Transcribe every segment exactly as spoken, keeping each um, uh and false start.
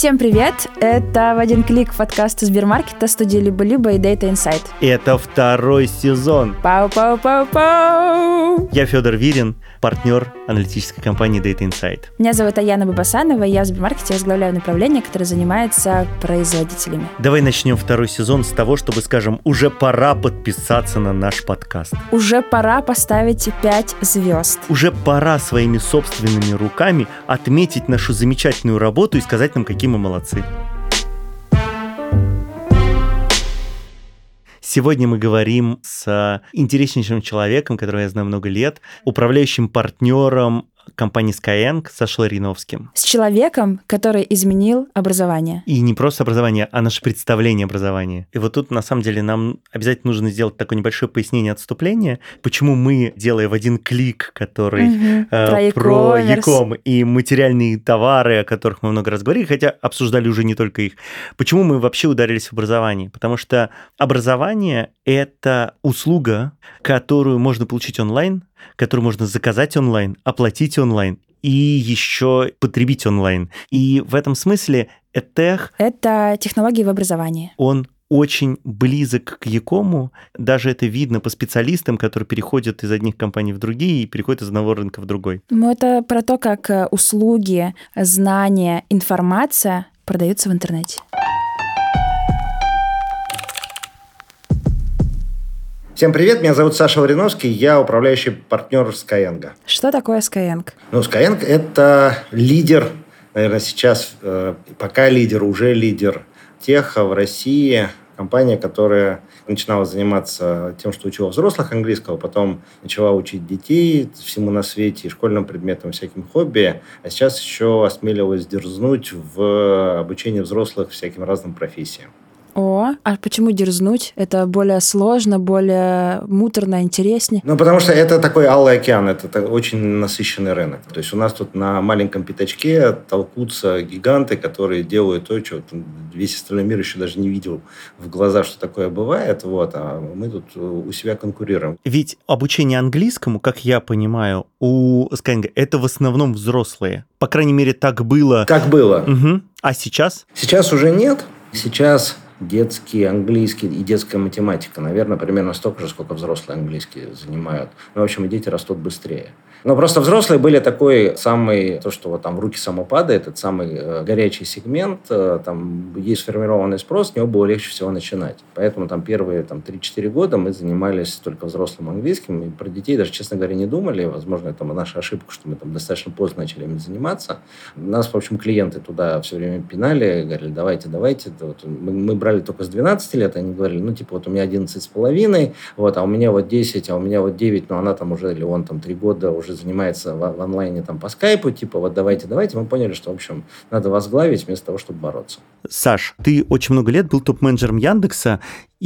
Всем привет! Это «В один клик» подкаст Сбермаркета, студии Либо-Либо и Data Insight. Это второй сезон. Пау-пау-пау-пау! Я Федор Вирин, партнер аналитической компании Data Insight. Меня зовут Аяна Бабасанова, и я в Сбермаркете возглавляю направление, которое занимается производителями. Давай начнем второй сезон с того, чтобы, скажем, уже пора подписаться на наш подкаст. Уже пора поставить пять звезд. Уже пора своими собственными руками отметить нашу замечательную работу и сказать нам, какие мы молодцы. Сегодня мы говорим с интереснейшим человеком, которого я знаю много лет, управляющим партнером компании Skyeng Сашей Лариновским. С человеком, который изменил образование. И не просто образование, а наше представление образования. И вот тут, на самом деле, нам обязательно нужно сделать такое небольшое пояснение отступления, почему мы, делая в один клик, который угу, э, про про e-commerce. e-com и материальные товары, о которых мы много раз говорили, хотя обсуждали уже не только их, почему мы вообще ударились в образование? Потому что образование — это услуга, которую можно получить онлайн, которую можно заказать онлайн, оплатить онлайн и еще потребить онлайн. И в этом смысле ЭТЭХ... Это технологии в образовании. Он очень близок к e-com. Даже это видно по специалистам, которые переходят из одних компаний в другие и переходят из одного рынка в другой. Ну, это про то, как услуги, знания, информация продаются в интернете. Всем привет, меня зовут Саша Лариновский, я управляющий партнер Skyeng. Что такое Skyeng? Ну, Skyeng – это лидер, наверное, сейчас, э, пока лидер, уже лидер теха в России. Компания, которая начинала заниматься тем, что учила взрослых английского, потом начала учить детей всему на свете, и школьным предметам, всяким хобби, а сейчас еще осмелилась дерзнуть в обучении взрослых всяким разным профессиям. О, а почему дерзнуть? Это более сложно, более муторно, интереснее? Ну, потому что это такой алый океан, это очень насыщенный рынок. То есть у нас тут на маленьком пятачке толкутся гиганты, которые делают то, что весь остальной мир еще даже не видел в глаза, что такое бывает, вот, а мы тут у себя конкурируем. Ведь обучение английскому, как я понимаю, у Skyeng это в основном взрослые. По крайней мере, так было. Так было. Угу. А сейчас? Сейчас уже нет. Сейчас детский английский и детская математика, наверное, примерно столько же, сколько взрослые английский занимают. Ну, в общем, и дети растут быстрее. Но просто взрослые были такой самый, то, что вот там в руки само падает, этот самый э, горячий сегмент, э, там есть сформированный спрос, с него было легче всего начинать. Поэтому там первые там, три-четыре года мы занимались только взрослым английским, и про детей даже, честно говоря, не думали. Возможно, это наша ошибка, что мы там достаточно поздно начали им заниматься. Нас, в общем, клиенты туда все время пинали, говорили, давайте, давайте. Вот, мы, мы брали только с двенадцати лет, они говорили, ну, типа, вот у меня одиннадцать с половиной, вот, а у меня вот десять, а у меня вот девять, но она там уже, или он там три года уже занимается в, в онлайне там по скайпу, типа, вот давайте, давайте. Мы поняли, что, в общем, надо возглавить вместо того, чтобы бороться. Саш, ты очень много лет был топ-менеджером Яндекса,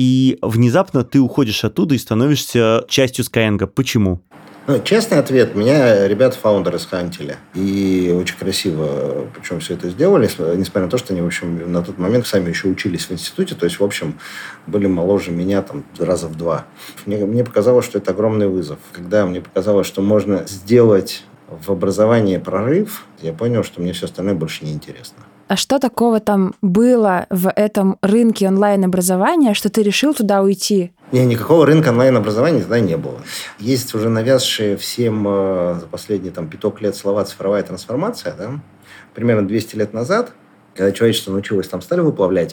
и внезапно ты уходишь оттуда и становишься частью Skyeng. Почему? Ну, честный ответ. Меня ребята-фаундеры схантили. И очень красиво, причем все это сделали, несмотря на то, что они, в общем, на тот момент сами еще учились в институте, то есть, в общем, были моложе меня там раза в два. Мне, мне показалось, что это огромный вызов. Когда мне показалось, что можно сделать в образовании прорыв, я понял, что мне все остальное больше не интересно. А что такого там было в этом рынке онлайн-образования, что ты решил туда уйти? Не, никакого рынка онлайн-образования тогда не было. Есть уже навязшие всем э, за последние там, пяток лет слова «цифровая трансформация». Да? Примерно двести лет назад, когда человечество научилось там сталь выплавлять,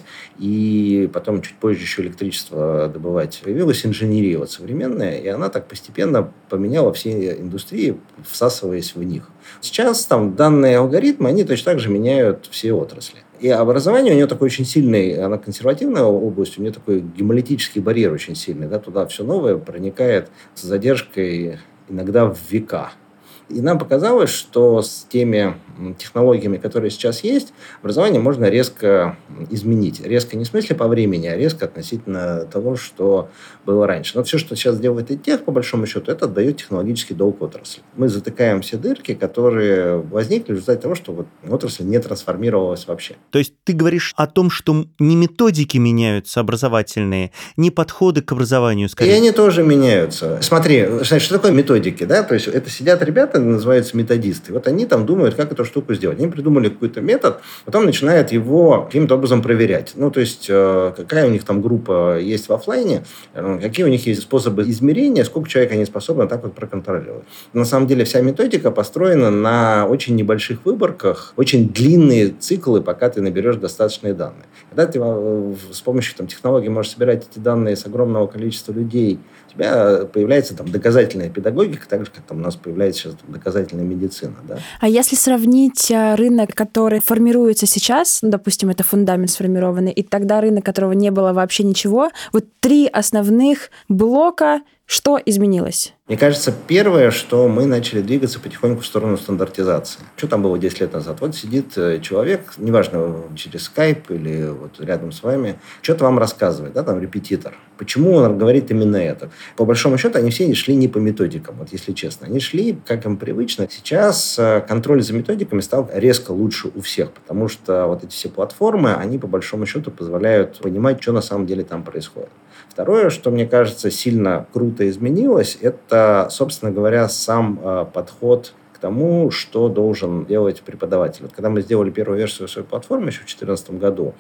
и потом чуть позже еще электричество добывать, появилась инженерия вот современная, и она так постепенно поменяла все индустрии, всасываясь в них. Сейчас там данные алгоритмы, они точно так же меняют все отрасли. И образование у нее такой очень сильный, она консервативная область, у нее такой гемолитический барьер очень сильный. Да, туда все новое проникает с задержкой иногда в века. И нам показалось, что с теми технологиями, которые сейчас есть, образование можно резко изменить. Резко не в смысле по времени, а резко относительно того, что было раньше. Но все, что сейчас делает ИТех, по большому счету, это отдает технологический долг отрасли. Мы затыкаем все дырки, которые возникли в результате того, что вот отрасль не трансформировалась вообще. То есть ты говоришь о том, что не методики меняются образовательные, не подходы к образованию, скорее. И они тоже меняются. Смотри, значит, что такое методики? Да? То есть это сидят ребята, называются методисты. Вот они там думают, как эту эту штуку сделать. Они придумали какой-то метод, потом начинают его каким-то образом проверять. Ну, то есть, какая у них там группа есть в офлайне, какие у них есть способы измерения, сколько человек они способны так вот проконтролировать. На самом деле, вся методика построена на очень небольших выборках, очень длинные циклы, пока ты наберешь достаточные данные. Когда ты с помощью там, технологий можешь собирать эти данные с огромного количества людей, у тебя появляется там доказательная педагогика, так же, как там у нас появляется сейчас там, доказательная медицина. Да? А если сравнить рынок, который формируется сейчас, ну, допустим, это фундамент сформированный, и тогда рынок, которого не было вообще ничего, вот три основных блока, что изменилось? Мне кажется, первое, что мы начали двигаться потихоньку в сторону стандартизации. Что там было десять лет назад? Вот сидит человек, неважно, через скайп или вот рядом с вами, что-то вам рассказывает, да, там репетитор. Почему он говорит именно это? По большому счету, они все шли не по методикам, вот если честно. Они шли, как им привычно. Сейчас контроль за методиками стал резко лучше у всех, потому что вот эти все платформы, они по большому счету позволяют понимать, что на самом деле там происходит. Второе, что, мне кажется, сильно круто изменилось, это, собственно говоря, сам э, подход к тому, что должен делать преподаватель. Вот когда мы сделали первую версию своей платформы еще в две тысячи четырнадцатом году,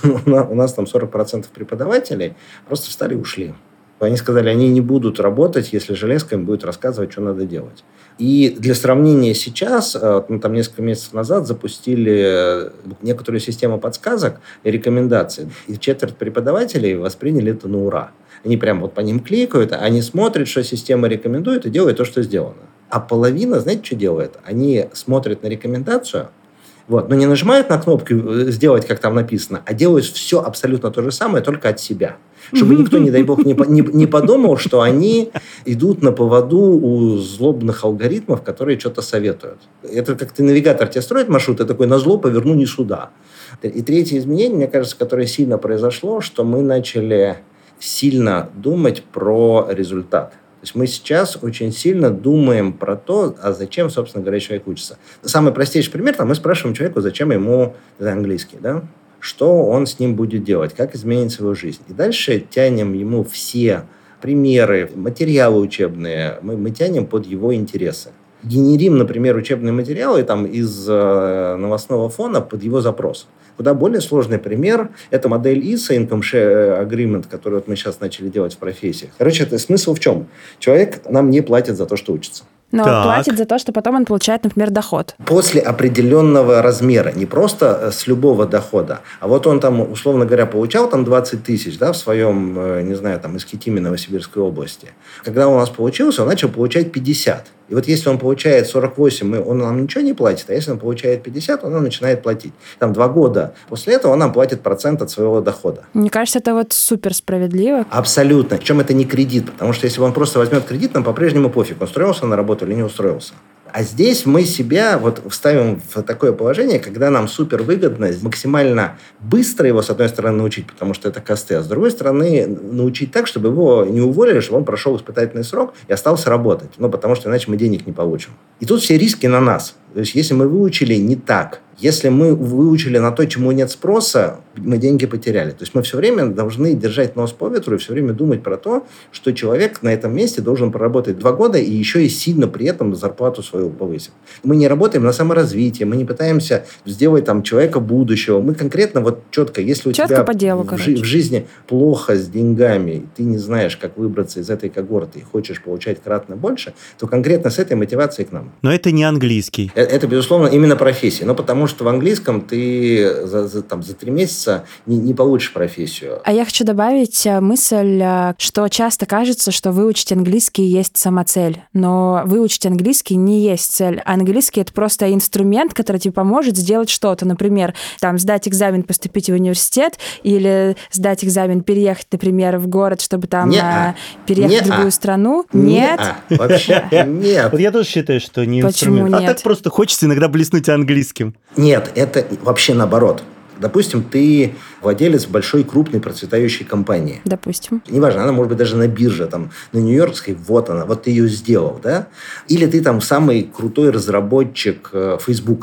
у нас там сорок процентов преподавателей просто встали и ушли. Они сказали, они не будут работать, если железка им будет рассказывать, что надо делать. И для сравнения сейчас, мы там несколько месяцев назад запустили некоторую систему подсказок и рекомендаций. И четверть преподавателей восприняли это на ура. Они прям вот по ним кликают, они смотрят, что система рекомендует, и делают то, что сделано. А половина, знаете, что делает? Они смотрят на рекомендацию, вот, но не нажимают на кнопку «сделать», как там написано, а делают все абсолютно то же самое, только от себя. Чтобы никто, не дай бог, не, не, не подумал, что они идут на поводу у злобных алгоритмов, которые что-то советуют. Это как ты навигатор тебе строит маршрут, ты такой назло поверну не сюда. И третье изменение, мне кажется, которое сильно произошло, что мы начали сильно думать про результат. То есть мы сейчас очень сильно думаем про то, а зачем, собственно говоря, человек учится. Самый простейший пример, там мы спрашиваем человеку, зачем ему английский, да? Что он с ним будет делать, как изменится его жизнь. И дальше тянем ему все примеры, материалы учебные, мы, мы тянем под его интересы. Генерим, например, учебные материалы там, из э, новостного фона под его запрос. Куда более сложный пример – это модель ай эс эй, Income Share Agreement, которую вот мы сейчас начали делать в профессиях. Короче, это смысл в чем? Человек нам не платит за то, что учится. Но так. платит за то, что потом он получает, например, доход. После определенного размера. Не просто с любого дохода. А вот он там, условно говоря, получал там двадцать тысяч, да, в своем, не знаю, там, Искитиме, Новосибирской области. Когда у нас получился, он начал получать пятьдесят. И вот если он получает сорок восемь, он нам ничего не платит, а если он получает пятьдесят, он нам начинает платить. Там два года после этого он нам платит процент от своего дохода. Мне кажется, это вот супер справедливо. Абсолютно. Причем это не кредит, потому что если он просто возьмет кредит, нам по-прежнему пофиг, устроился на работу или не устроился. А здесь мы себя вот вставим в такое положение, когда нам супер выгодно максимально быстро его, с одной стороны, научить, потому что это косты, а с другой стороны, научить так, чтобы его не уволили, чтобы он прошел испытательный срок и остался работать. Ну, потому что иначе мы денег не получим. И тут все риски на нас. То есть, если мы выучили не так, если мы выучили на то, чему нет спроса, мы деньги потеряли. То есть мы все время должны держать нос по ветру и все время думать про то, что человек на этом месте должен проработать два года и еще и сильно при этом зарплату свою повысить. Мы не работаем на саморазвитие, мы не пытаемся сделать там человека будущего. Мы конкретно вот четко, если у четко тебя по делу, в, жи- в жизни плохо с деньгами, ты не знаешь, как выбраться из этой когорты и хочешь получать кратно больше, то конкретно с этой мотивацией к нам. Но это не английский. Это, это безусловно, именно профессия. Но потому что в английском ты за, за, там, за три месяца не, не получишь профессию. А я хочу добавить мысль, что часто кажется, что выучить английский есть самоцель. Но выучить английский не есть цель. Английский — это просто инструмент, который тебе поможет сделать что-то. Например, там, сдать экзамен, поступить в университет, или сдать экзамен, переехать, например, в город, чтобы там Не-а. переехать Не-а. в другую страну. Нет. Нет. Вообще нет. Вот я тоже считаю, что не Почему инструмент. нет? А так просто хочется иногда блеснуть английским. Нет, это вообще наоборот. Допустим, ты владелец большой, крупной, процветающей компании. Допустим. Неважно, она может быть даже на бирже, там, на Нью-Йоркской, вот она, вот ты ее сделал, да? Или ты там самый крутой разработчик э, Фейсбука.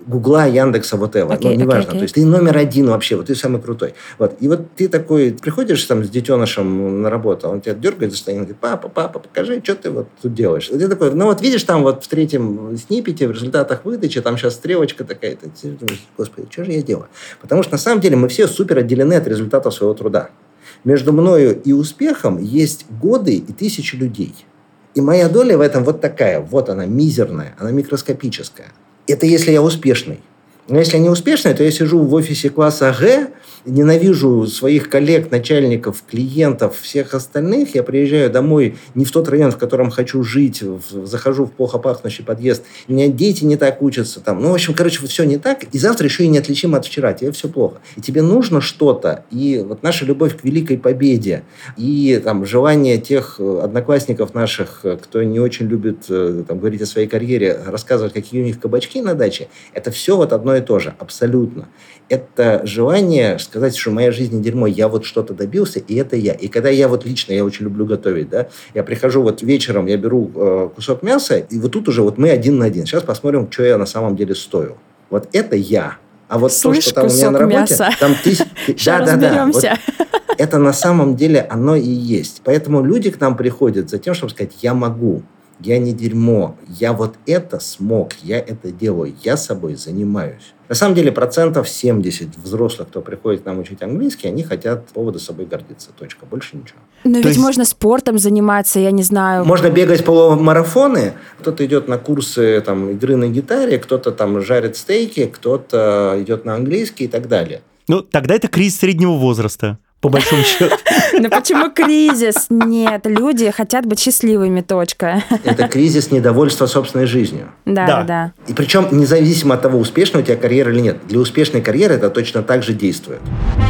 Гугла, Яндекса, whatever, okay, ну, неважно. Okay, okay. То есть ты номер один вообще, вот ты самый крутой. Вот. И вот ты такой, приходишь там с детенышем на работу, он тебя дергает за штанину, говорит, папа, папа, покажи, что ты вот тут делаешь. И ты такой, ну вот видишь, там вот в третьем сниппете, в результатах выдачи, там сейчас стрелочка такая, ты думаешь, господи, что же я делаю? Потому что на самом деле мы все супер отделены от результатов своего труда. Между мною и успехом есть годы и тысячи людей. И моя доля в этом вот такая, вот она, мизерная, она микроскопическая. Это если я успешный. Но если я не успешный, то я сижу в офисе класса Г, ненавижу своих коллег, начальников, клиентов, всех остальных. Я приезжаю домой не в тот район, в котором хочу жить, в, захожу в плохо пахнущий подъезд. У меня дети не так учатся. Там. Ну, в общем, короче, все не так. И завтра еще и неотличимо от вчера. Тебе все плохо. И тебе нужно что-то. И вот наша любовь к великой победе и там, желание тех одноклассников наших, кто не очень любит там, говорить о своей карьере, рассказывать, какие у них кабачки на даче, это все вот одно и то же. Абсолютно. Это желание сказать, что моя жизнь дерьмо, я вот что-то добился, и это я. И когда я вот лично, я очень люблю готовить, да, я прихожу вот вечером, я беру э, кусок мяса, и вот тут уже вот мы один на один. Сейчас посмотрим, что я на самом деле стою. Вот это я. А вот Слышь, то, что там у меня на работе, мяса. там тысяч... Да, да, да. Вот это на самом деле оно и есть. Поэтому люди к нам приходят за тем, чтобы сказать, я могу. Я не дерьмо, я вот это смог, я это делаю, я собой занимаюсь. На самом деле процентов семьдесят взрослых, кто приходит к нам учить английский, они хотят повода собой гордиться. Точка. Больше ничего. Но То ведь есть... можно спортом заниматься, я не знаю. Можно бегать полумарафоны, кто-то идет на курсы там, игры на гитаре, кто-то там жарит стейки, кто-то идет на английский и так далее. Ну, тогда это кризис среднего возраста. По большому счету. Но почему кризис? Нет, люди хотят быть счастливыми, точка. Это кризис недовольства собственной жизнью. Да, да, да. И причем независимо от того, успешная у тебя карьера или нет. Для успешной карьеры это точно так же действует.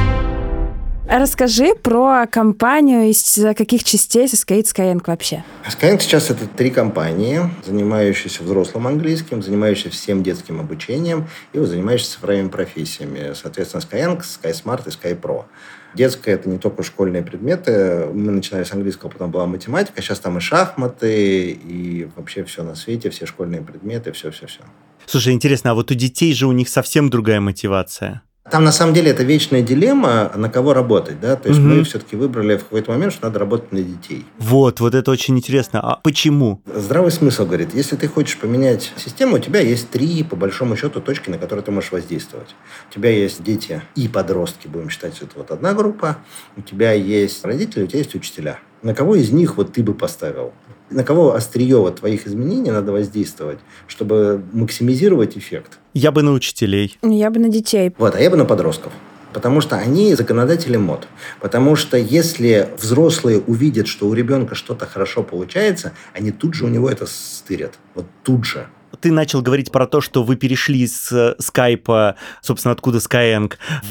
Расскажи про компанию, из каких частей состоит Skyeng вообще. Skyeng сейчас это три компании, занимающиеся взрослым английским, занимающиеся всем детским обучением и занимающиеся цифровыми профессиями. Соответственно, Skyeng, SkySmart и SkyPro. Детское – это не только школьные предметы. Мы начинали с английского, потом была математика. Сейчас там и шахматы, и вообще все на свете, все школьные предметы, все-все-все. Слушай, интересно, а вот у детей же у них совсем другая мотивация. Там, на самом деле, это вечная дилемма, на кого работать, да? То есть угу. мы все-таки выбрали в какой-то момент, что надо работать на детей. Вот, вот это очень интересно. А почему? Здравый смысл говорит, если ты хочешь поменять систему, у тебя есть три, по большому счету, точки, на которые ты можешь воздействовать. У тебя есть дети и подростки, будем считать, что это вот одна группа. У тебя есть родители, у тебя есть учителя. На кого из них вот ты бы поставил? На кого острие вот твоих изменений надо воздействовать, чтобы максимизировать эффект? Я бы на учителей. Я бы на детей. Вот, а я бы на подростков. Потому что они законодатели мод. Потому что если взрослые увидят, что у ребенка что-то хорошо получается, они тут же у него это стырят. Вот тут же. Ты начал говорить про то, что вы перешли с скайпа, собственно, откуда Skyeng,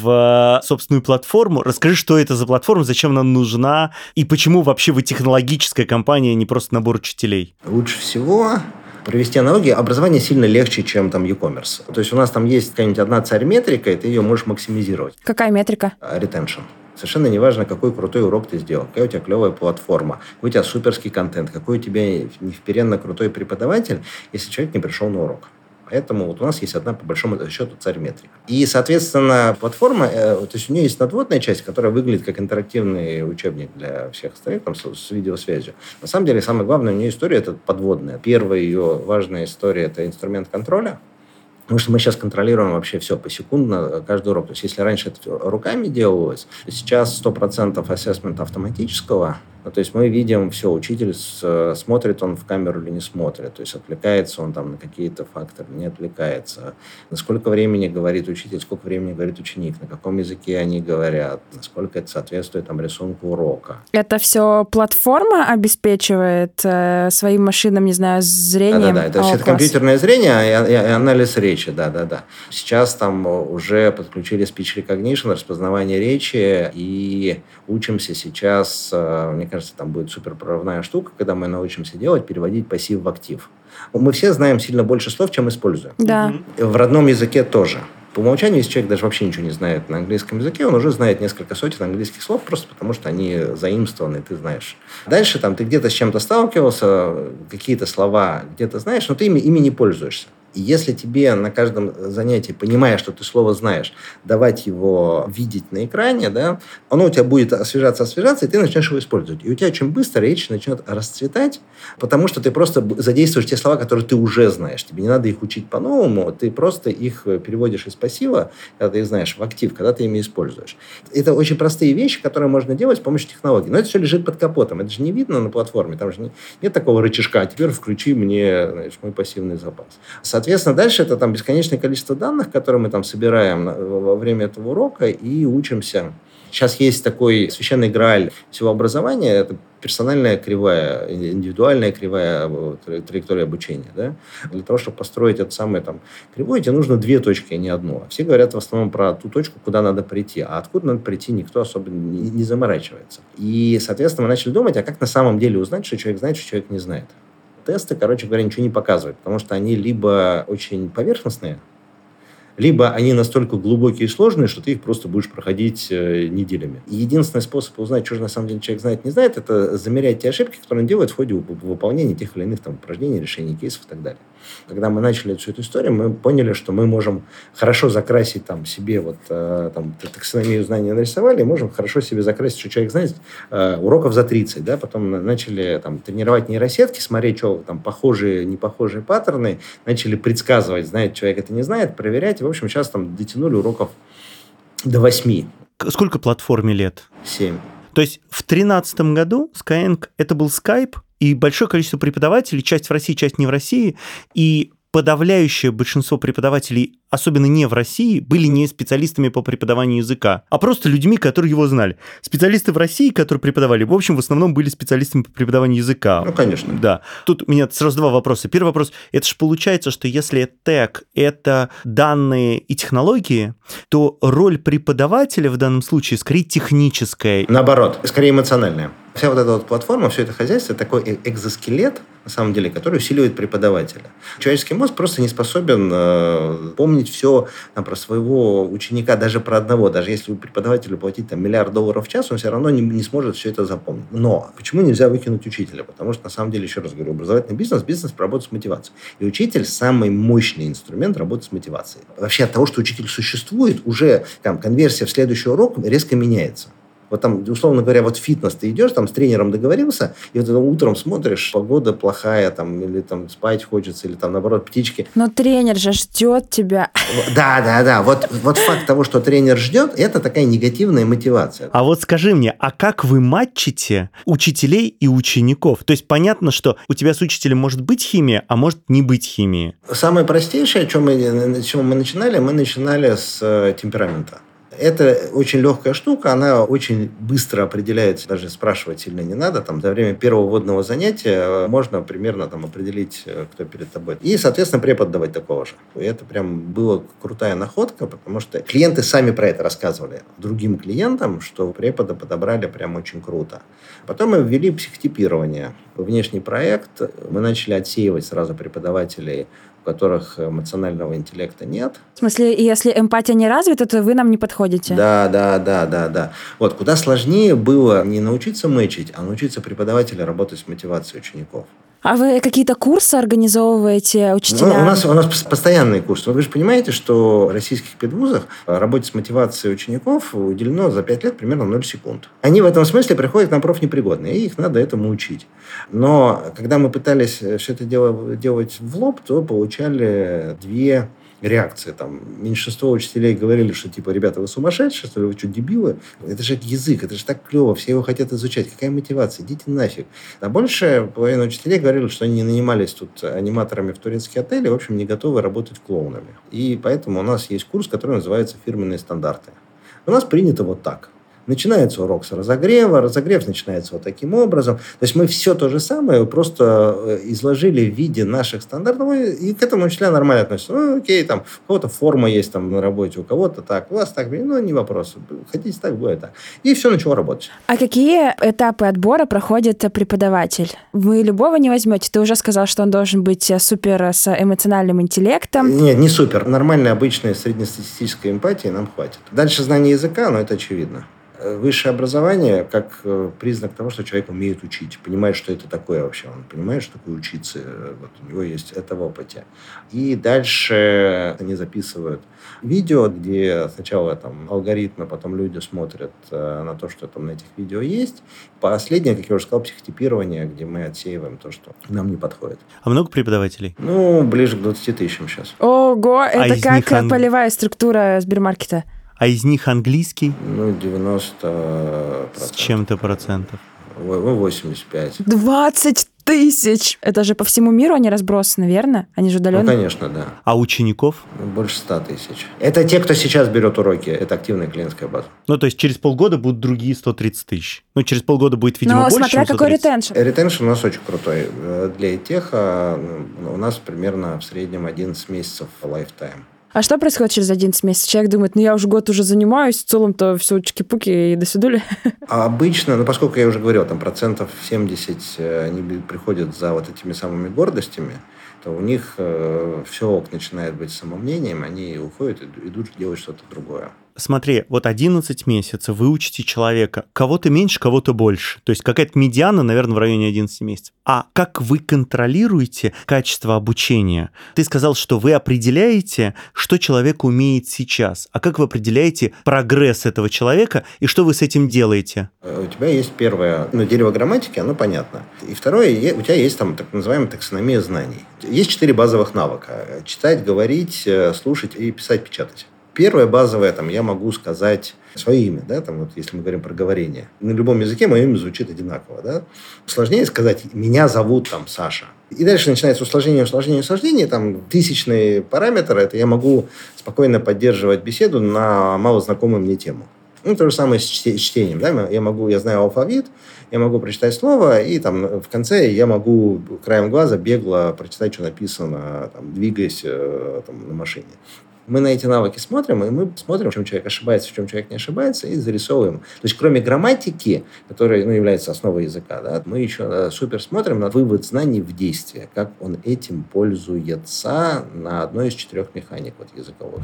в собственную платформу. Расскажи, что это за платформа, зачем она нужна, и почему вообще вы технологическая компания, а не просто набор учителей? Лучше всего провести аналогию. Образование сильно легче, чем там e-commerce. То есть у нас там есть какая-нибудь одна царь-метрика, и ты ее можешь максимизировать. Какая метрика? Retention. Совершенно неважно, какой крутой урок ты сделал, какая у тебя клевая платформа, какой у тебя суперский контент, какой у тебя невперенно крутой преподаватель, если человек не пришел на урок. Поэтому вот у нас есть одна, по большому счету, царь-метрика. И, соответственно, платформа, э, то есть у нее есть надводная часть, которая выглядит как интерактивный учебник для всех остальных, там, с, с видеосвязью. На самом деле, самое главное у нее история – это подводная. Первая ее важная история – это инструмент контроля. Потому что мы сейчас контролируем вообще все посекундно, каждый урок. То есть, если раньше это руками делалось, то сейчас сто процентов ассессмента автоматического. Ну, то есть, мы видим все, учитель с, смотрит он в камеру или не смотрит. То есть, отвлекается он там на какие-то факторы, не отвлекается. На сколько времени говорит учитель, сколько времени говорит ученик, на каком языке они говорят, насколько это соответствует там, рисунку урока. Это все платформа обеспечивает э, своим машинам, не знаю, зрением? Да-да-да, это, О, это компьютерное зрение и, и, и анализ речи, да-да-да. Сейчас там уже подключили speech recognition, распознавание речи, и учимся сейчас, мне кажется, там будет суперпрорывная штука, когда мы научимся делать, переводить пассив в актив. Мы все знаем сильно больше слов, чем используем. Да. В родном языке тоже. По умолчанию, если человек даже вообще ничего не знает на английском языке, он уже знает несколько сотен английских слов, просто потому что они заимствованы, ты знаешь. Дальше там ты где-то с чем-то сталкивался, какие-то слова где-то знаешь, но ты ими, ими не пользуешься. И если тебе на каждом занятии, понимая, что ты слово знаешь, давать его видеть на экране, да, оно у тебя будет освежаться, освежаться, и ты начнешь его использовать. И у тебя очень быстро речь начнет расцветать, потому что ты просто задействуешь те слова, которые ты уже знаешь. Тебе не надо их учить по-новому, ты просто их переводишь из пассива, когда ты их знаешь, в актив, когда ты ими используешь. Это очень простые вещи, которые можно делать с помощью технологий. Но это все лежит под капотом. Это же не видно на платформе. Там же не, нет такого рычажка, а теперь включи мне, знаешь, мой пассивный запас. Соответственно, дальше это там бесконечное количество данных, которые мы там собираем во время этого урока и учимся. Сейчас есть такой священный грааль всего образования, это персональная кривая, индивидуальная кривая траектория обучения. Да? Для того, чтобы построить эту самую там, кривую, тебе нужно две точки, а не одну. Все говорят в основном про ту точку, куда надо прийти. А откуда надо прийти, никто особо не, не заморачивается. И, соответственно, мы начали думать, а как на самом деле узнать, что человек знает, что человек не знает. Тесты, короче говоря, ничего не показывают, потому что они либо очень поверхностные, либо они настолько глубокие и сложные, что ты их просто будешь проходить э, неделями. И единственный способ узнать, что же на самом деле человек знает, не знает, это замерять те ошибки, которые он делает в ходе выполнения тех или иных там, упражнений, решений кейсов и так далее. Когда мы начали всю эту историю, мы поняли, что мы можем хорошо закрасить там, себе вот, э, там, таксономию знаний нарисовали, и можем хорошо себе закрасить, что человек знает, э, уроков за тридцать. Да? Потом начали там, тренировать нейросетки, смотреть, что там похожие, непохожие паттерны, начали предсказывать, знает человек это, не знает, проверять. В общем, сейчас там дотянули уроков до восьми. Сколько платформе лет? Семь. То есть в тринадцатом году Skyeng это был Skype, и большое количество преподавателей, часть в России, часть не в России, и подавляющее большинство преподавателей, особенно не в России, были не специалистами по преподаванию языка, а просто людьми, которые его знали. Специалисты в России, которые преподавали, в общем, в основном были специалистами по преподаванию языка. Ну, конечно. Да. Тут у меня сразу два вопроса. Первый вопрос. Это же получается, что если тег – это данные и технологии, то роль преподавателя в данном случае скорее техническая. Наоборот, скорее эмоциональная. Вся вот эта вот платформа, все это хозяйство – такой экзоскелет, на самом деле, который усиливает преподавателя. Человеческий мозг просто не способен э, помнить все там, про своего ученика, даже про одного. Даже если преподавателю платить там, миллиард долларов в час, он все равно не, не сможет все это запомнить. Но почему нельзя выкинуть учителя? Потому что, на самом деле, еще раз говорю, образовательный бизнес, бизнес работает с мотивацией. И учитель – самый мощный инструмент работы с мотивацией. Вообще от того, что учитель существует, уже там, конверсия в следующий урок резко меняется. Вот там, условно говоря, вот фитнес, ты идешь, там с тренером договорился, и вот утром смотришь, погода плохая, там, или там спать хочется, или там, наоборот, птички. Но тренер же ждет тебя. Да, да, да. Вот, вот факт того, что тренер ждет, это такая негативная мотивация. А вот скажи мне, а как вы матчите учителей и учеников? То есть понятно, что у тебя с учителем может быть химия, а может не быть химии. Самое простейшее, чем мы, с чего мы начинали, мы начинали с э, темперамента. Это очень легкая штука, она очень быстро определяется, даже спрашивать сильно не надо. Там, за время первого вводного занятия можно примерно там, определить, кто перед тобой. И, соответственно, препод давать такого же. И это прям была крутая находка, потому что клиенты сами про это рассказывали другим клиентам, что препода подобрали прям очень круто. Потом мы ввели психотипирование. Внешний проект. Мы начали отсеивать сразу преподавателей, у которых эмоционального интеллекта нет. В смысле, если эмпатия не развита, то вы нам не подходите? Да, да, да, да, да. Вот, куда сложнее было не научиться мэчить, а научиться преподавателю работать с мотивацией учеников. А вы какие-то курсы организовываете учителям? Ну, у нас, у нас постоянные курсы. Вы же понимаете, что в российских педвузах работе с мотивацией учеников уделено за пять лет примерно ноль секунд. Они в этом смысле приходят на профнепригодные, и их надо этому учить. Но когда мы пытались все это дело делать в лоб, то получали две реакции. Там, меньшинство учителей говорили, что типа, ребята, вы сумасшедшие, что ли, вы что, дебилы? Это же язык, это же так клево, все его хотят изучать. Какая мотивация? Идите нафиг. А больше половина учителей говорили, что они не нанимались тут аниматорами в турецкие отели, в общем, не готовы работать клоунами. И поэтому у нас есть курс, который называется «Фирменные стандарты». У нас принято вот так. Начинается урок с разогрева, разогрев начинается вот таким образом. То есть мы все то же самое просто изложили в виде наших стандартов, и к этому учителя нормально относятся. Ну, окей, там, у кого-то форма есть там на работе, у кого-то так, у вас так, ну, не вопрос. Хотите так, будет так. И все начало работать. А какие этапы отбора проходит преподаватель? Вы любого не возьмете? Ты уже сказал, что он должен быть супер с эмоциональным интеллектом. Нет, не супер. Нормальной, обычной, среднестатистической эмпатии нам хватит. Дальше знание языка, но это очевидно. Высшее образование как признак того, что человек умеет учить, понимает, что это такое вообще. Он понимает, что такое учиться. Вот у него есть это в опыте. И дальше они записывают видео, где сначала там алгоритмы, потом люди смотрят на то, что там на этих видео есть. Последнее, как я уже сказал, психотипирование, где мы отсеиваем то, что нам не подходит. А много преподавателей? Ну, ближе к двадцати тысячам сейчас. Ого, это а как ан... полевая структура Сбермаркета. А из них английский? Ну, девяносто процентов. С чем-то процентов. восемьдесят пять. двадцать тысяч! Это же по всему миру они разбросаны, верно? Они же удаленно? Ну, конечно, да. А учеников? Больше ста тысяч. Это те, кто сейчас берет уроки. Это активная клиентская база. Ну, то есть через полгода будут другие сто тридцать тысяч. Ну, через полгода будет, видимо, Но больше, смотря чем какой сто тридцать. ретеншн. Ретеншн у нас очень крутой. Для ИТеха у нас примерно в среднем одиннадцать месяцев лайфтайм. А что происходит через одиннадцать месяцев? Человек думает, ну я уже год уже занимаюсь, в целом-то все чики-пуки и до свидули. А обычно, ну поскольку я уже говорил, там процентов семьдесят они приходят за вот этими самыми гордостями, то у них э, все начинает быть самомнением, они уходят и идут делать что-то другое. Смотри, вот одиннадцать месяцев вы учите человека. Кого-то меньше, кого-то больше. То есть какая-то медиана, наверное, в районе одиннадцати месяцев. А как вы контролируете качество обучения? Ты сказал, что вы определяете, что человек умеет сейчас. А как вы определяете прогресс этого человека и что вы с этим делаете? У тебя есть первое, ну, дерево грамматики, оно понятно. И второе, у тебя есть там так называемая таксономия знаний. Есть четыре базовых навыка. Читать, говорить, слушать и писать, печатать. Первое базовое, там, я могу сказать свое имя, да, там, вот, если мы говорим про говорение. На любом языке мое имя звучит одинаково, да. Сложнее сказать «меня зовут там Саша». И дальше начинается усложнение, усложнение, усложнение. Там тысячные параметры. Это я могу спокойно поддерживать беседу на малознакомую мне тему. Ну, то же самое с чтением, да. Я могу, я знаю алфавит, я могу прочитать слово, и там в конце я могу краем глаза бегло прочитать, что написано, там, двигаясь там, на машине. Мы на эти навыки смотрим, и мы смотрим, в чем человек ошибается, в чем человек не ошибается, и зарисовываем. То есть, кроме грамматики, которая ну, является основой языка, да, мы еще супер смотрим на вывод знаний в действие, как он этим пользуется на одной из четырех механик вот, языковых.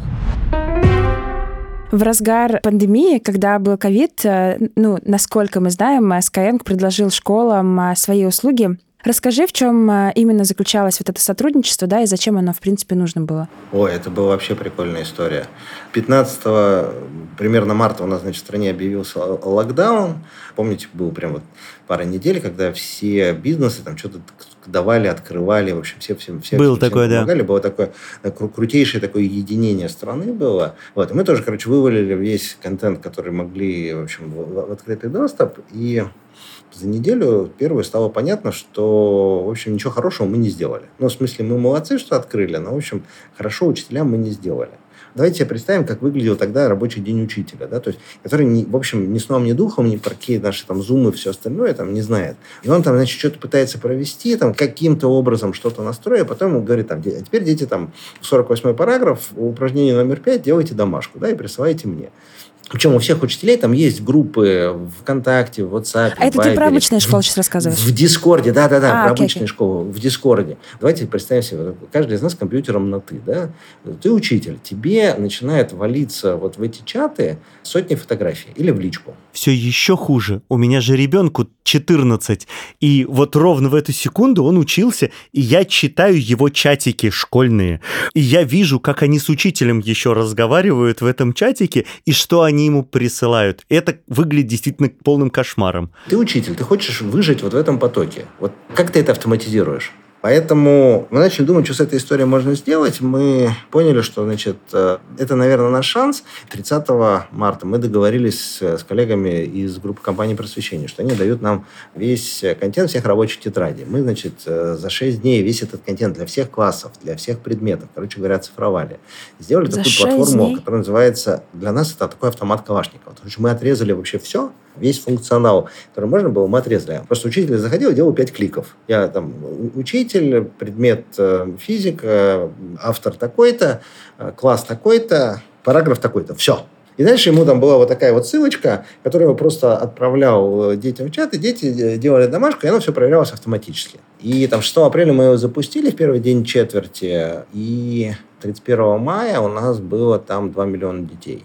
В разгар пандемии, когда был ковид, ну, насколько мы знаем, Skyeng предложил школам свои услуги. Расскажи, в чем именно заключалось вот это сотрудничество, да, и зачем оно, в принципе, нужно было? Ой, это была вообще прикольная история. пятнадцатого примерно марта у нас, значит, в стране объявился локдаун. Помните, был прям вот пара недель, когда все бизнесы там что-то давали, открывали, в общем, все всем, все, было всем, такое, всем помогали. Да. Было такое крутейшее такое единение страны было. Вот. И мы тоже, короче, вывалили весь контент, который могли, в общем, в, в открытый доступ. И за неделю первое стало понятно, что, в общем, ничего хорошего мы не сделали. Ну, в смысле, мы молодцы, что открыли, но, в общем, хорошо учителям мы не сделали. Давайте себе представим, как выглядел тогда рабочий день учителя, да, то есть, который, не, в общем, ни сном, ни духом, ни про какие наши там зумы и все остальное там не знает. И он там, значит, что-то пытается провести, там, каким-то образом что-то настроить, а потом ему говорит, там, а теперь, дети, там, сорок восьмой параграф, упражнение номер пять, делайте домашку, да, и присылайте мне. Причем у всех учителей там есть группы ВКонтакте, в WhatsApp, А это Вайбере, ты про обычные школы сейчас рассказываешь? В Дискорде, да-да-да, а, про окей, обычные окей. школы, в Дискорде. Давайте представим себе, каждый из нас компьютером на «ты», да? Ты учитель, тебе начинает валиться вот в эти чаты сотни фотографий или в личку. Все еще хуже. У меня же ребенку четырнадцать, и вот ровно в эту секунду он учился, и я читаю его чатики школьные, и я вижу, как они с учителем еще разговаривают в этом чатике, и что они ему присылают. Это выглядит действительно полным кошмаром. Ты учитель, ты хочешь выжить вот в этом потоке. Вот как ты это автоматизируешь? Поэтому мы начали думать, что с этой историей можно сделать. Мы поняли, что, значит, это, наверное, наш шанс. тридцатого марта мы договорились с коллегами из группы компаний просвещения, что они дают нам весь контент всех рабочих тетрадей. Мы, значит, за шесть дней весь этот контент для всех классов, для всех предметов, короче говоря, оцифровали. Сделали за такую платформу, дней? Которая называется... Для нас это такой автомат Калашникова. То есть мы отрезали вообще все, весь функционал, который можно было, мы отрезали. Просто учитель заходил и делал пять кликов. Я там учитель, предмет физика, автор такой-то, класс такой-то, параграф такой-то. Все. И дальше ему там была вот такая вот ссылочка, которую я просто отправлял детям в чат, и дети делали домашку, и оно все проверялось автоматически. И там шестого апреля мы его запустили в первый день четверти, и тридцать первого мая у нас было там два миллиона детей.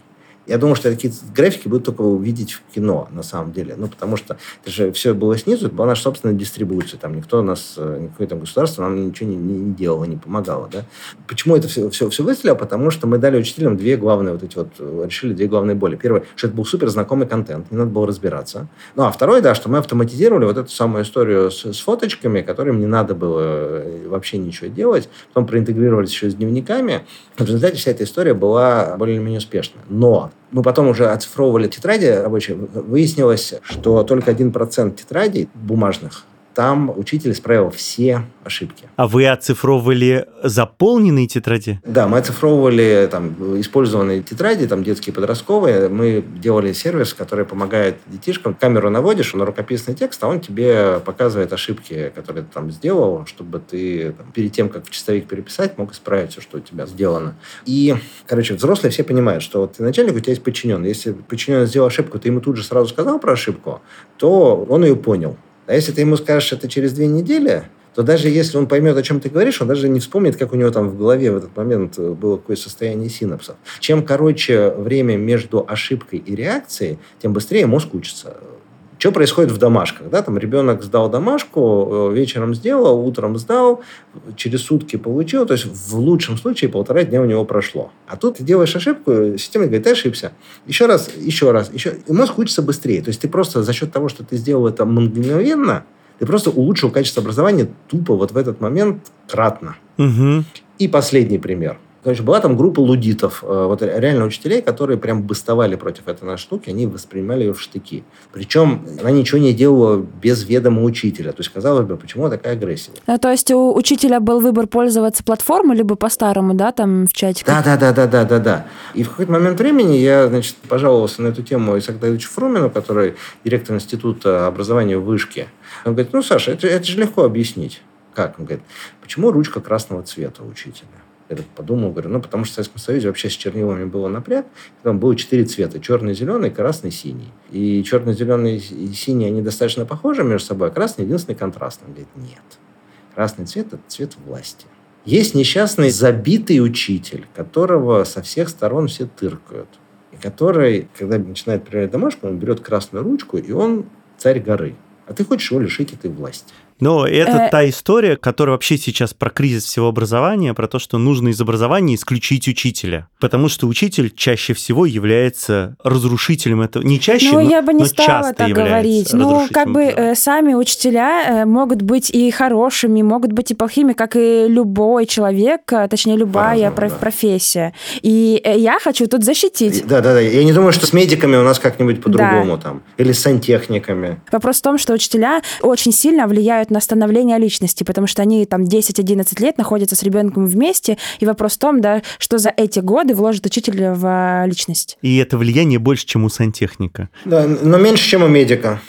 Я думаю, что такие графики будут только увидеть в кино, на самом деле. Ну, потому что это же все было снизу, это была наша собственная дистрибуция. Там никто у нас, никакое там государство нам ничего не, не делало, не помогало. Да? Почему это все, все, все выстрелило? Потому что мы дали учителям две главные вот эти вот, решили две главные боли. Первое, что это был супер знакомый контент, не надо было разбираться. Ну, а второе, да, что мы автоматизировали вот эту самую историю с, с фоточками, которым не надо было вообще ничего делать. Потом проинтегрировались еще с дневниками. В результате вся эта история была более-менее успешной. Но мы потом уже оцифровывали тетради рабочие. Выяснилось, что только один процент тетрадей бумажных, там учитель исправил все ошибки. А вы оцифровывали заполненные тетради? Да, мы оцифровывали там, использованные тетради, там, детские, подростковые. Мы делали сервис, который помогает детишкам. Камеру наводишь на рукописный текст, а он тебе показывает ошибки, которые ты там сделал, чтобы ты там, перед тем, как в чистовик переписать, мог исправить все, что у тебя сделано. И, короче, взрослые все понимают, что вот ты начальник, у тебя есть подчиненный. Если подчиненный сделал ошибку, ты ему тут же сразу сказал про ошибку, то он ее понял. А если ты ему скажешь это через две недели, то даже если он поймет, о чем ты говоришь, он даже не вспомнит, как у него там в голове в этот момент было какое состояние синапсов. Чем короче время между ошибкой и реакцией, тем быстрее мозг учится. Что происходит в домашках? Да? Там ребенок сдал домашку, вечером сделал, утром сдал, через сутки получил. То есть в лучшем случае полтора дня у него прошло. А тут ты делаешь ошибку, система говорит, ты ошибся. Еще раз, еще раз. Еще... И мозг учится быстрее. То есть ты просто за счет того, что ты сделал это мгновенно, ты просто улучшил качество образования тупо вот в этот момент кратно. Угу. И последний пример. Короче, была там группа лудитов, вот реально учителей, которые прям бастовали против этой нашей штуки, они воспринимали ее в штыки. Причем она ничего не делала без ведома учителя. То есть, казалось бы, почему такая агрессия? А, то есть у учителя был выбор пользоваться платформой, либо по-старому, да, там в чатике? Да-да-да-да-да-да. И в какой-то момент времени я, значит, пожаловался на эту тему Исааку Давидовичу Фрумину, который директор Института образования в Вышке. Он говорит, ну, Саша, это, это же легко объяснить. Как? Он говорит, почему ручка красного цвета у учителя? Я так подумал, говорю, ну, потому что в Советском Союзе вообще с чернилами было напряг. Там было четыре цвета. Черный, зеленый, красный, синий. И черный, зеленый и синий, они достаточно похожи между собой, а красный единственный контрастный. Он говорит, нет. Красный цвет – это цвет власти. Есть несчастный забитый учитель, которого со всех сторон все тыркают. И который, когда начинает проверять домашку, он берет красную ручку, и он царь горы. А ты хочешь его лишить этой власти. Но это та история, которая вообще сейчас про кризис всего образования, про то, что нужно из образования исключить учителя. Потому что учитель чаще всего является разрушителем этого. Не чаще, ну, но, я бы не но стала часто так говорить. Ну, как бы э, сами учителя э, могут быть и хорошими, могут быть и плохими, как и любой человек, э, точнее, любая проф- да. профессия. И э, я хочу тут защитить. Да-да-да. Я не думаю, что с медиками у нас как-нибудь по-другому да. там. Или с сантехниками. Вопрос в том, что учителя очень сильно влияют на становление личности, потому что они там десять-одиннадцать лет находятся с ребенком вместе, и вопрос в том, да, что за эти годы вложит учитель в личность. И это влияние больше, чем у сантехника. Да, но меньше, чем у медика.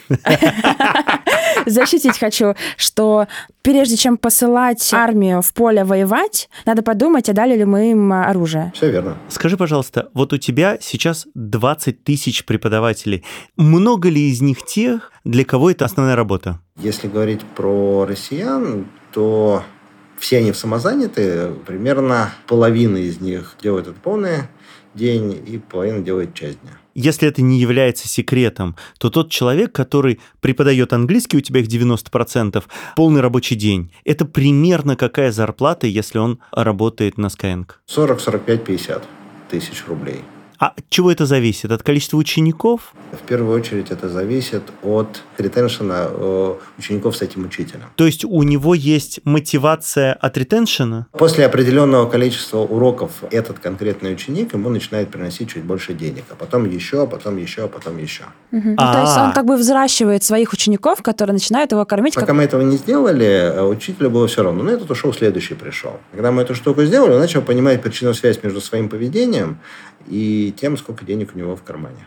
Защитить хочу, что прежде чем посылать армию в поле воевать, надо подумать, а дали ли мы им оружие. Все верно. Скажи, пожалуйста, вот у тебя сейчас двадцать тысяч преподавателей. Много ли из них тех, для кого это основная работа? Если говорить про россиян, то все они самозаняты. Примерно половина из них делает это полный день, и половина делает часть дня. Если это не является секретом, то тот человек, который преподает английский, у тебя их девяносто процентов, полный рабочий день, это примерно какая зарплата, если он работает на Skyeng? сорок, сорок пять, пятьдесят тысяч рублей. А от чего это зависит? От количества учеников? В первую очередь это зависит от ретеншена учеников с этим учителем. То есть у него есть мотивация от ретеншена? После определенного количества уроков этот конкретный ученик ему начинает приносить чуть больше денег. А потом еще, а потом еще, а потом еще. Угу. Ну, то есть он как бы взращивает своих учеников, которые начинают его кормить. Пока как... мы этого не сделали, учителю было все равно. Но этот ушел, следующий пришел. Когда мы эту штуку сделали, он начал понимать причинную связь между своим поведением и тем, сколько денег у него в кармане.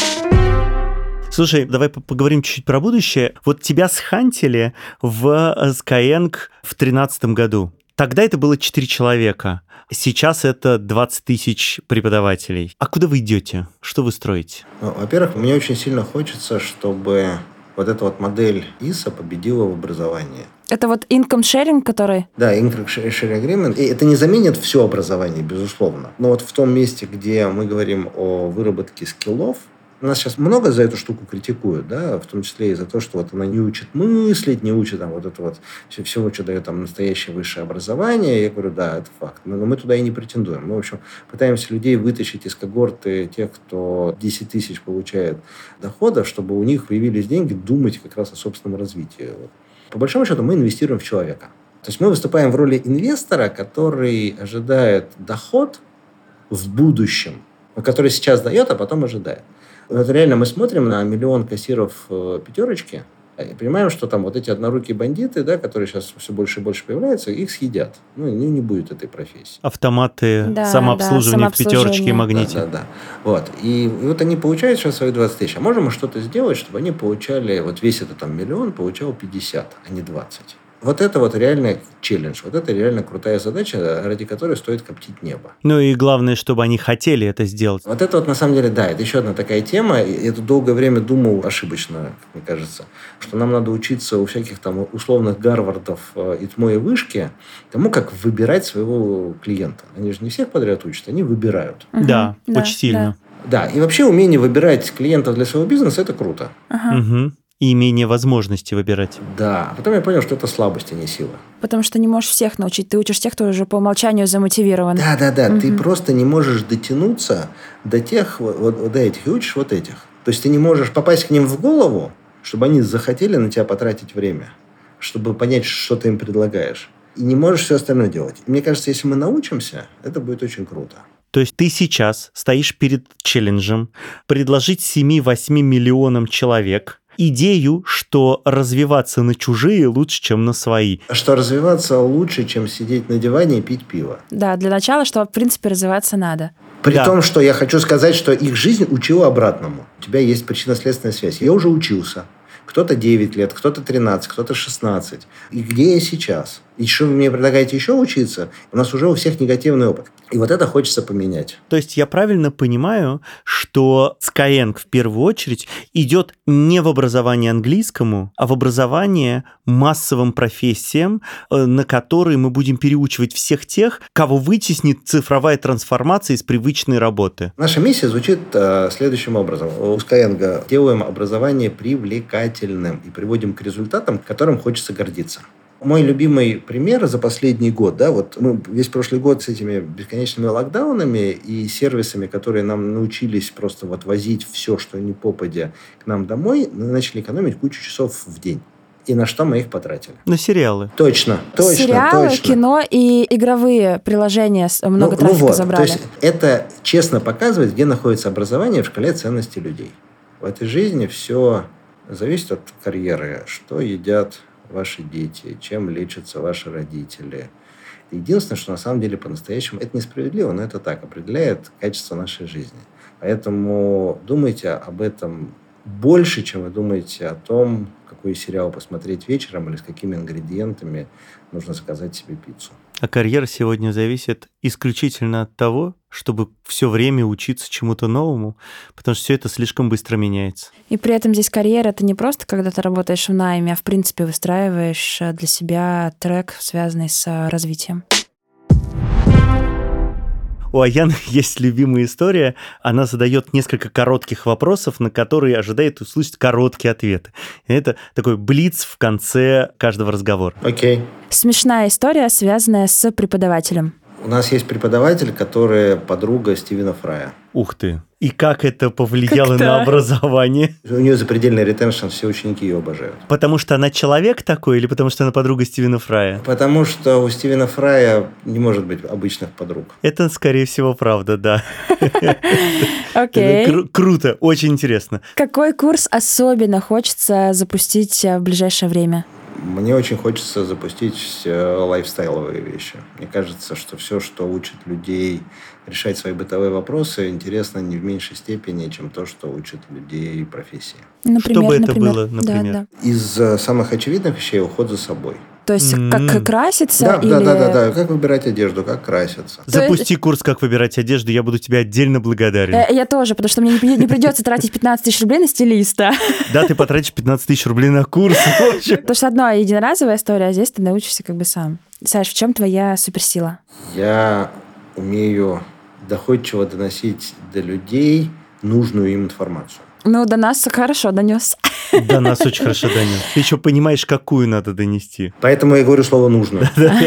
Слушай, давай поговорим чуть-чуть про будущее. Вот тебя схантили в Skyeng в тринадцатом году. Тогда это было четыре человека. Сейчас это двадцать тысяч преподавателей. А куда вы идете? Что вы строите? Ну, во-первых, мне очень сильно хочется, чтобы вот эта вот модель ИСа победила в образовании. Это вот income sharing, который... Да, income sharing agreement. И это не заменит все образование, безусловно. Но вот в том месте, где мы говорим о выработке скиллов, нас сейчас много за эту штуку критикуют, да, в том числе и за то, что вот она не учит мыслить, не учит там вот это вот все, всего, что дает там настоящее высшее образование. Я говорю, да, это факт. Но мы туда и не претендуем. Мы, в общем, пытаемся людей вытащить из когорты тех, кто десять тысяч получает дохода, чтобы у них появились деньги думать как раз о собственном развитии. По большому счету мы инвестируем в человека. То есть мы выступаем в роли инвестора, который ожидает доход в будущем, который сейчас дает, а потом ожидает. Вот реально мы смотрим на миллион кассиров пятерочки и понимаем, что там вот эти однорукие бандиты, да, которые сейчас все больше и больше появляются, их съедят. Ну, не, не будет этой профессии. Автоматы, да, самообслуживание, да, в пятерочке и магните. Да, да, да. Вот. И, и вот они получают сейчас свои двадцать тысяч. А можем мы что-то сделать, чтобы они получали, вот весь этот там миллион получал пятьдесят, а не двадцать. Вот это вот реально челлендж, вот это реально крутая задача, ради которой стоит коптить небо. Ну и главное, чтобы они хотели это сделать. Вот это вот на самом деле, да, это еще одна такая тема. Я тут долгое время думал, ошибочно, как мне кажется, что нам надо учиться у всяких там условных Гарвардов и ТМО и вышки тому, как выбирать своего клиента. Они же не всех подряд учат, они выбирают. Угу, да, да, очень сильно. Да. да, и вообще умение выбирать клиентов для своего бизнеса – это круто. Ага. Угу. И имение возможности выбирать. Да, а потом я понял, что это слабость, а не сила. Потому что не можешь всех научить. Ты учишь тех, кто уже по умолчанию замотивирован. Да, да, да. Угу. Ты просто не можешь дотянуться до тех, вот, вот до этих, и учишь вот этих. То есть ты не можешь попасть к ним в голову, чтобы они захотели на тебя потратить время, чтобы понять, что ты им предлагаешь. И не можешь все остальное делать. И мне кажется, если мы научимся, это будет очень круто. То есть ты сейчас стоишь перед челленджем предложить семь-восемь миллионам человек идею, что развиваться на чужие лучше, чем на свои. Что развиваться лучше, чем сидеть на диване и пить пиво. Да, для начала, что, в принципе, развиваться надо. При да. том, что я хочу сказать, что их жизнь учила обратному. У тебя есть причинно-следственная связь. Я уже учился. Кто-то девять лет, кто-то тринадцать, кто-то шестнадцать. И где я сейчас? И что вы мне предлагаете еще учиться? У нас уже у всех негативный опыт. И вот это хочется поменять. То есть я правильно понимаю, что Skyeng в первую очередь идет не в образование английскому, а в образование массовым профессиям, на которые мы будем переучивать всех тех, кого вытеснит цифровая трансформация из привычной работы. Наша миссия звучит э, следующим образом. У Skyeng делаем образование привлекательным и приводим к результатам, которым хочется гордиться. Мой любимый пример за последний год, да, вот мы весь прошлый год с этими бесконечными локдаунами и сервисами, которые нам научились просто вот возить все, что не попадя к нам домой, мы начали экономить кучу часов в день. И на что мы их потратили? На сериалы. Точно, точно, Сериалы, точно. кино и игровые приложения много ну, трафика ну вот, забрали. То есть это честно показывает, где находится образование в шкале ценностей людей. В этой жизни все зависит от карьеры, что едят ваши дети, чем лечатся ваши родители. Единственное, что на самом деле по-настоящему, это несправедливо, но это так, определяет качество нашей жизни. Поэтому думайте об этом больше, чем вы думаете о том, какой сериал посмотреть вечером или с какими ингредиентами нужно заказать себе пиццу. А карьера сегодня зависит исключительно от того, чтобы все время учиться чему-то новому, потому что все это слишком быстро меняется. И при этом здесь карьера — это не просто, когда ты работаешь в найме, а в принципе выстраиваешь для себя трек, связанный с развитием. У Аяны есть любимая история. Она задает несколько коротких вопросов, на которые ожидает услышать короткие ответы. И это такой блиц в конце каждого разговора. Окей. Okay. Смешная история, связанная с преподавателем. У нас есть преподаватель, которая подруга Стивена Фрая. Ух ты. И как это повлияло Как-то. на образование? У нее запредельный ретеншн, все ученики ее обожают. Потому что она человек такой или потому что она подруга Стивена Фрая? Потому что у Стивена Фрая не может быть обычных подруг. Это, скорее всего, правда, да. Окей. Кру- Круто, очень интересно. Какой курс особенно хочется запустить в ближайшее время? Мне очень хочется запустить лайфстайловые вещи. Мне кажется, что все, что учит людей решать свои бытовые вопросы, интересно не в меньшей степени, чем то, что учит людей профессии. Например, Что бы это например. было, например? Да, да. Из самых очевидных вещей уход за собой. То есть М. как краситься Да, или... да, да, да, да. Как выбирать одежду, как краситься. Запусти курс «Как выбирать одежду», я буду тебе отдельно благодарен. Э, Я тоже, потому что мне не при- не придется тратить пятнадцать тысяч рублей на стилиста. Да, ты потратишь пятнадцать тысяч рублей на курс. в общем. Потому что одно единоразовая история, а здесь ты научишься как бы сам. Саш, в чем твоя суперсила? Я умею доходчиво доносить до людей нужную им информацию. Ну, до нас хорошо донес. Да, нас очень хорошо донес. Ты еще понимаешь, какую надо донести. Поэтому я говорю слово «нужно».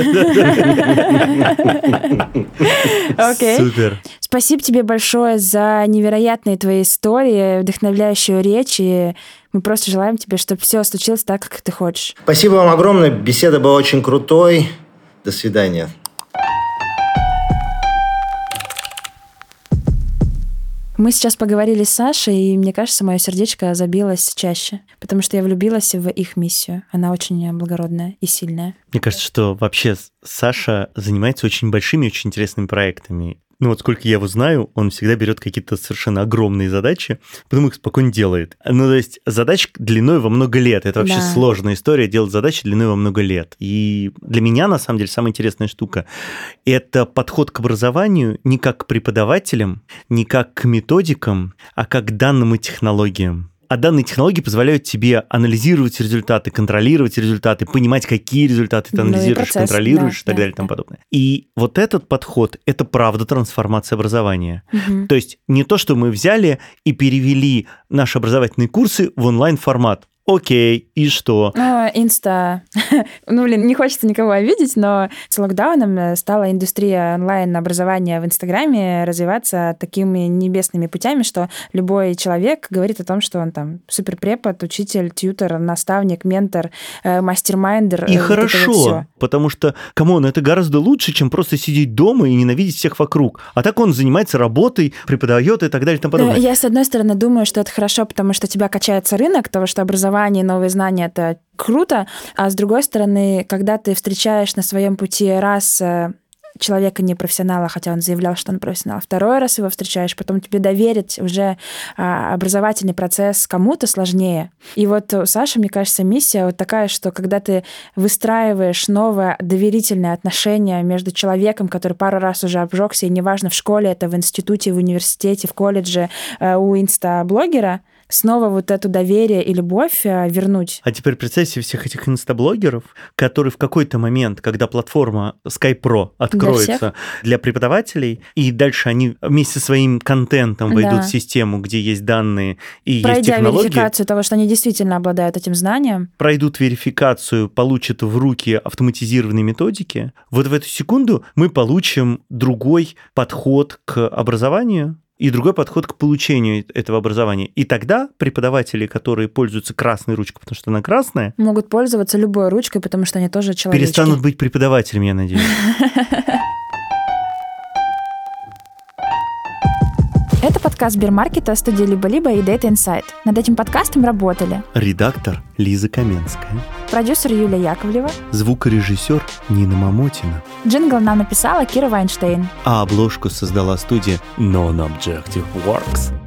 Окей. Супер. Спасибо тебе большое за невероятные твои истории, вдохновляющую речь. И мы просто желаем тебе, чтобы все случилось так, как ты хочешь. Спасибо вам огромное. Беседа была очень крутой. До свидания. Мы сейчас поговорили с Сашей, и мне кажется, мое сердечко забилось чаще, потому что я влюбилась в их миссию. Она очень благородная и сильная. Мне кажется, что вообще Саша занимается очень большими, очень интересными проектами. Ну вот сколько я его знаю, он всегда берет какие-то совершенно огромные задачи, потом их спокойно делает. Ну то есть задач длиной во много лет. Это вообще Да. сложная история, делать задачи длиной во много лет. И для меня, на самом деле, самая интересная штука – это подход к образованию не как к преподавателям, не как к методикам, а как к данным и технологиям. А данные технологии позволяют тебе анализировать результаты, контролировать результаты, понимать, какие результаты ты Ну и анализируешь, процесс, контролируешь да, и так да, далее и тому да. подобное. И вот этот подход – это правда трансформация образования. Мгм. То есть не то, что мы взяли и перевели наши образовательные курсы в онлайн-формат. Окей, и что? Ну, инста... ну, блин, не хочется никого обидеть, но с локдауном стала индустрия онлайн-образования в Инстаграме развиваться такими небесными путями, что любой человек говорит о том, что он там суперпрепод, учитель, тьютер, наставник, ментор, э, мастер-майндер. И э, вот это вот хорошо, всё. потому что, камон, это гораздо лучше, чем просто сидеть дома и ненавидеть всех вокруг. А так он занимается работой, преподает и так далее и тому Ну, подобное. я, с одной стороны, думаю, что это хорошо, потому что у тебя качается рынок того, что образование и новые знания — это круто, а с другой стороны, когда ты встречаешь на своем пути раз э, человека непрофессионала, хотя он заявлял, что он профессионал, второй раз его встречаешь, потом тебе доверить уже а, образовательный процесс кому-то сложнее. И вот у Саши, мне кажется, миссия вот такая, что когда ты выстраиваешь новое доверительное отношение между человеком, который пару раз уже обжегся, и неважно, в школе это, в институте, в университете, в колледже, э, у инстаблогера, снова вот эту доверие и любовь э, вернуть. А теперь представь себе всех этих инстаблогеров, которые в какой-то момент, когда платформа SkyPro откроется всех? для преподавателей, и дальше они вместе со своим контентом войдут Да. в систему, где есть данные и есть Пройдя технологии, верификацию того, что они действительно обладают этим знанием. пройдут верификацию, получат в руки автоматизированные методики, вот в эту секунду мы получим другой подход к образованию, и другой подход к получению этого образования. И тогда преподаватели, которые пользуются красной ручкой, потому что она красная, Могут пользоваться любой ручкой, потому что они тоже человечки. перестанут быть преподавателями, я надеюсь. Это подкаст Сбермаркета, студии «Либо-либо» и Data Insight. Над этим подкастом работали Редактор Лиза Каменская, продюсер Юлия Яковлева, звукорежиссер Нина Мамотина, джингл нам написала Кира Вайнштейн. а обложку создала студия Non-Objective Works.